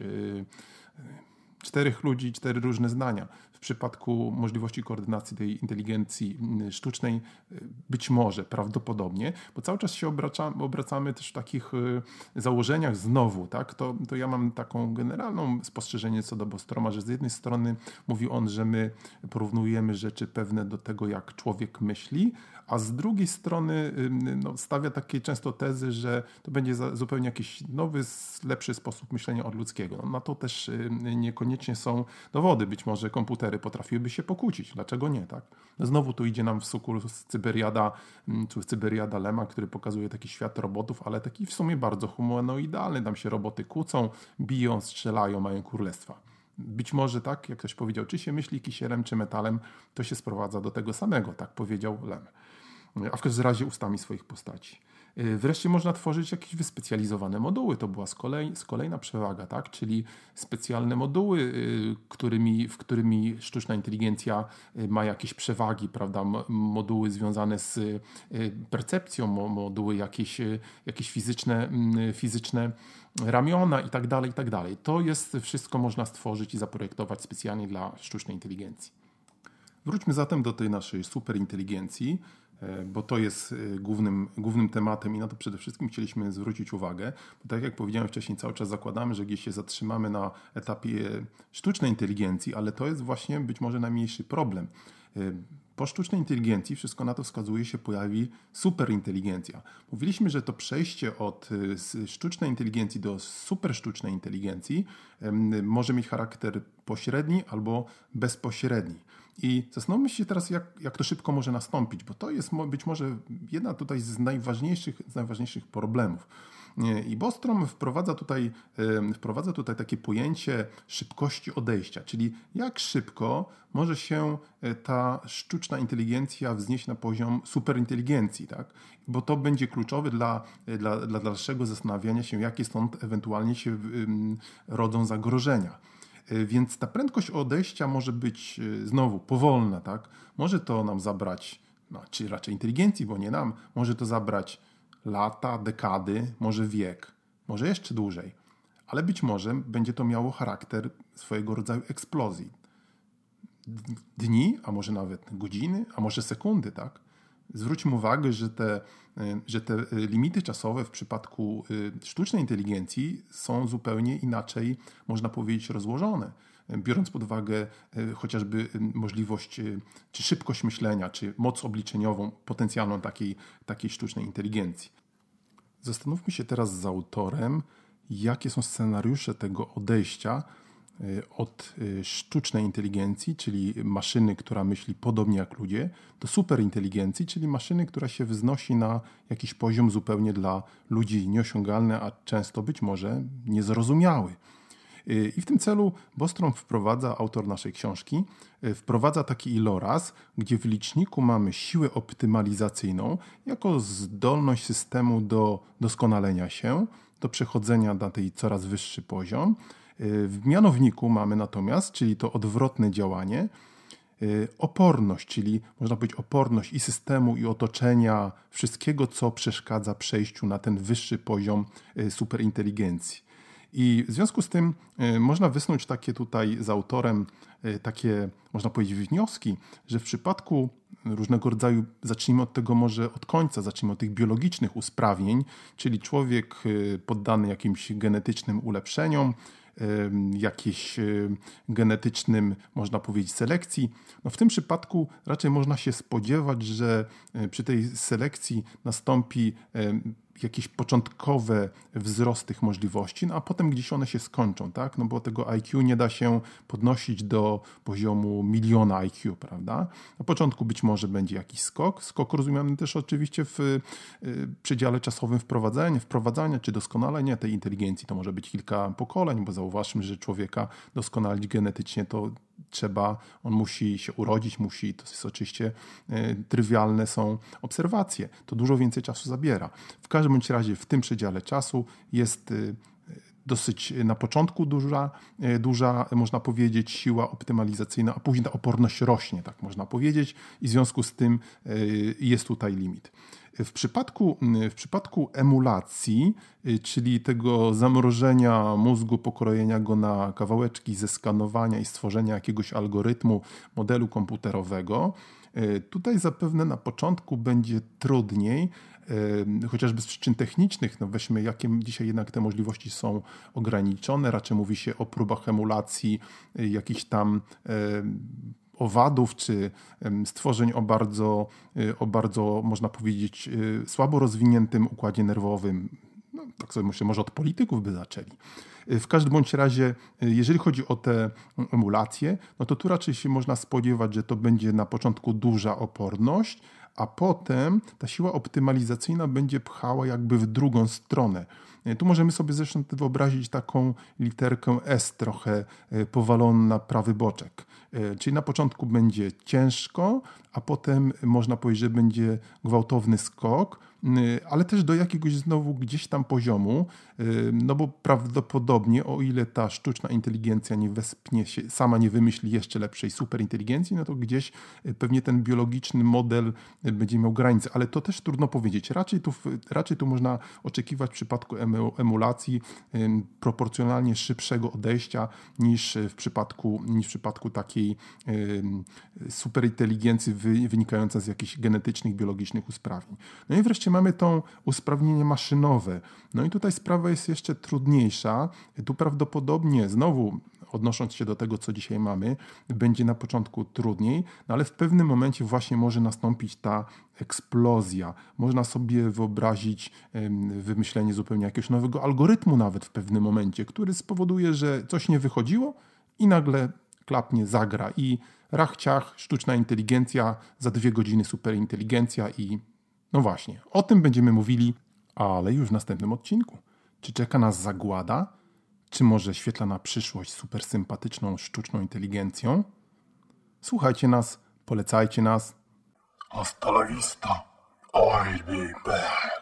Czterech ludzi, cztery różne zdania. W przypadku możliwości koordynacji tej inteligencji sztucznej być może, prawdopodobnie, bo cały czas się obracamy, obracamy też w takich założeniach znowu, tak? To, to ja mam taką generalną spostrzeżenie co do Bostroma, że z jednej strony mówi on, że my porównujemy rzeczy pewne do tego, jak człowiek myśli, a z drugiej strony no, stawia takie często tezy, że to będzie za, zupełnie jakiś nowy, lepszy sposób myślenia od ludzkiego. No, na to też niekoniecznie są dowody. Być może komputery potrafiłyby się pokłócić. Dlaczego nie, tak? No, znowu tu idzie nam w suku Cyberiada, czy Cyberiada Lema, który pokazuje taki świat robotów, ale taki w sumie bardzo humanoidalny. Tam się roboty kłócą, biją, strzelają, mają królestwa. Być może tak, jak ktoś powiedział, czy się myśli kisielem, czy metalem, to się sprowadza do tego samego, tak powiedział Lem. A w każdym razie ustami swoich postaci. Wreszcie można tworzyć jakieś wyspecjalizowane moduły. To była z kolei, z kolejna przewaga, tak? Czyli specjalne moduły, którymi, w którymi sztuczna inteligencja ma jakieś przewagi, prawda? Moduły związane z percepcją, moduły jakieś, jakieś fizyczne, fizyczne ramiona i tak dalej, i tak dalej. To jest wszystko można stworzyć i zaprojektować specjalnie dla sztucznej inteligencji. Wróćmy zatem do tej naszej superinteligencji, bo to jest głównym, głównym tematem i na to przede wszystkim chcieliśmy zwrócić uwagę, bo tak jak powiedziałem wcześniej, cały czas zakładamy, że gdzieś się zatrzymamy na etapie sztucznej inteligencji, ale to jest właśnie być może najmniejszy problem. Po sztucznej inteligencji, wszystko na to wskazuje, się pojawi superinteligencja. Mówiliśmy, że to przejście od sztucznej inteligencji do supersztucznej inteligencji może mieć charakter pośredni albo bezpośredni. I zastanówmy się teraz, jak, jak to szybko może nastąpić, bo to jest być może jedna tutaj z najważniejszych, z najważniejszych problemów. I Bostrom wprowadza tutaj, wprowadza tutaj takie pojęcie szybkości odejścia, czyli jak szybko może się ta sztuczna inteligencja wznieść na poziom superinteligencji, tak? Bo to będzie kluczowe dla, dla, dla dalszego zastanawiania się, jakie stąd ewentualnie się rodzą zagrożenia. Więc ta prędkość odejścia może być znowu powolna, tak? Może to nam zabrać, no, czy raczej inteligencji, bo nie nam, może to zabrać lata, dekady, może wiek, może jeszcze dłużej. Ale być może będzie to miało charakter swojego rodzaju eksplozji. Dni, a może nawet godziny, a może sekundy, tak? Zwróćmy uwagę, że te, że te limity czasowe w przypadku sztucznej inteligencji są zupełnie inaczej, można powiedzieć, rozłożone. Biorąc pod uwagę chociażby możliwość, czy szybkość myślenia, czy moc obliczeniową potencjalną takiej, takiej sztucznej inteligencji. Zastanówmy się teraz z autorem, jakie są scenariusze tego odejścia od sztucznej inteligencji, czyli maszyny, która myśli podobnie jak ludzie, do superinteligencji, czyli maszyny, która się wznosi na jakiś poziom zupełnie dla ludzi nieosiągalny, a często być może niezrozumiały. I w tym celu Bostrom wprowadza, autor naszej książki, wprowadza taki iloraz, gdzie w liczniku mamy siłę optymalizacyjną jako zdolność systemu do doskonalenia się, do przechodzenia na tej coraz wyższy poziom. W mianowniku mamy natomiast, czyli to odwrotne działanie, oporność, czyli można powiedzieć oporność i systemu, i otoczenia, wszystkiego, co przeszkadza przejściu na ten wyższy poziom superinteligencji. I w związku z tym można wysnuć takie tutaj z autorem takie, można powiedzieć, wnioski, że w przypadku różnego rodzaju, zacznijmy od tego może od końca, zacznijmy od tych biologicznych usprawnień, czyli człowiek poddany jakimś genetycznym ulepszeniom, jakieś genetycznym, można powiedzieć, selekcji. No w tym przypadku raczej można się spodziewać, że przy tej selekcji nastąpi jakieś początkowe wzrost tych możliwości, no a potem gdzieś one się skończą, tak? No bo tego I Q nie da się podnosić do poziomu miliona I Q, prawda? Na początku być może będzie jakiś skok, skok rozumiany też oczywiście w przedziale czasowym wprowadzenia, wprowadzania czy doskonalenia tej inteligencji. To może być kilka pokoleń, bo zauważmy, że człowieka doskonalić genetycznie to trzeba, on musi się urodzić, musi, to jest oczywiście e, trywialne są obserwacje. To dużo więcej czasu zabiera. W każdym bądź razie w tym przedziale czasu jest e, dosyć na początku duża, e, duża, można powiedzieć, siła optymalizacyjna, a później ta oporność rośnie, tak można powiedzieć, i w związku z tym e, jest tutaj limit. W przypadku, w przypadku emulacji, czyli tego zamrożenia mózgu, pokrojenia go na kawałeczki, zeskanowania i stworzenia jakiegoś algorytmu, modelu komputerowego, tutaj zapewne na początku będzie trudniej, chociażby z przyczyn technicznych. No weźmy, jakie dzisiaj jednak te możliwości są ograniczone. Raczej mówi się o próbach emulacji jakichś tam owadów czy stworzeń o bardzo, o bardzo, można powiedzieć, słabo rozwiniętym układzie nerwowym. No, tak sobie myślę, może od polityków by zaczęli. W każdym bądź razie, jeżeli chodzi o te emulacje, no to tu raczej się można spodziewać, że to będzie na początku duża oporność, a potem ta siła optymalizacyjna będzie pchała jakby w drugą stronę. Tu możemy sobie zresztą wyobrazić taką literkę S trochę powaloną na prawy boczek. Czyli na początku będzie ciężko, a potem można powiedzieć, że będzie gwałtowny skok, ale też do jakiegoś znowu gdzieś tam poziomu, no bo prawdopodobnie, o ile ta sztuczna inteligencja nie wespnie się, sama nie wymyśli jeszcze lepszej superinteligencji, no to gdzieś pewnie ten biologiczny model będzie miał granice, ale to też trudno powiedzieć. Raczej tu, raczej tu można oczekiwać w przypadku emulacji proporcjonalnie szybszego odejścia niż w przypadku, niż w przypadku takiej superinteligencji wynikającej z jakichś genetycznych, biologicznych usprawnień. No i wreszcie mamy to usprawnienie maszynowe. No i tutaj sprawa jest jeszcze trudniejsza. Tu prawdopodobnie znowu, odnosząc się do tego, co dzisiaj mamy, będzie na początku trudniej, no ale w pewnym momencie właśnie może nastąpić ta eksplozja. Można sobie wyobrazić wymyślenie zupełnie jakiegoś nowego algorytmu nawet w pewnym momencie, który spowoduje, że coś nie wychodziło i nagle klapnie, zagra i rachciach, sztuczna inteligencja, za dwie godziny superinteligencja i no właśnie, o tym będziemy mówili, ale już w następnym odcinku. Czy czeka nas zagłada? Czy może świetlana przyszłość z super sympatyczną sztuczną inteligencją? Słuchajcie nas, polecajcie nas. Hasta la vista, I'll be back.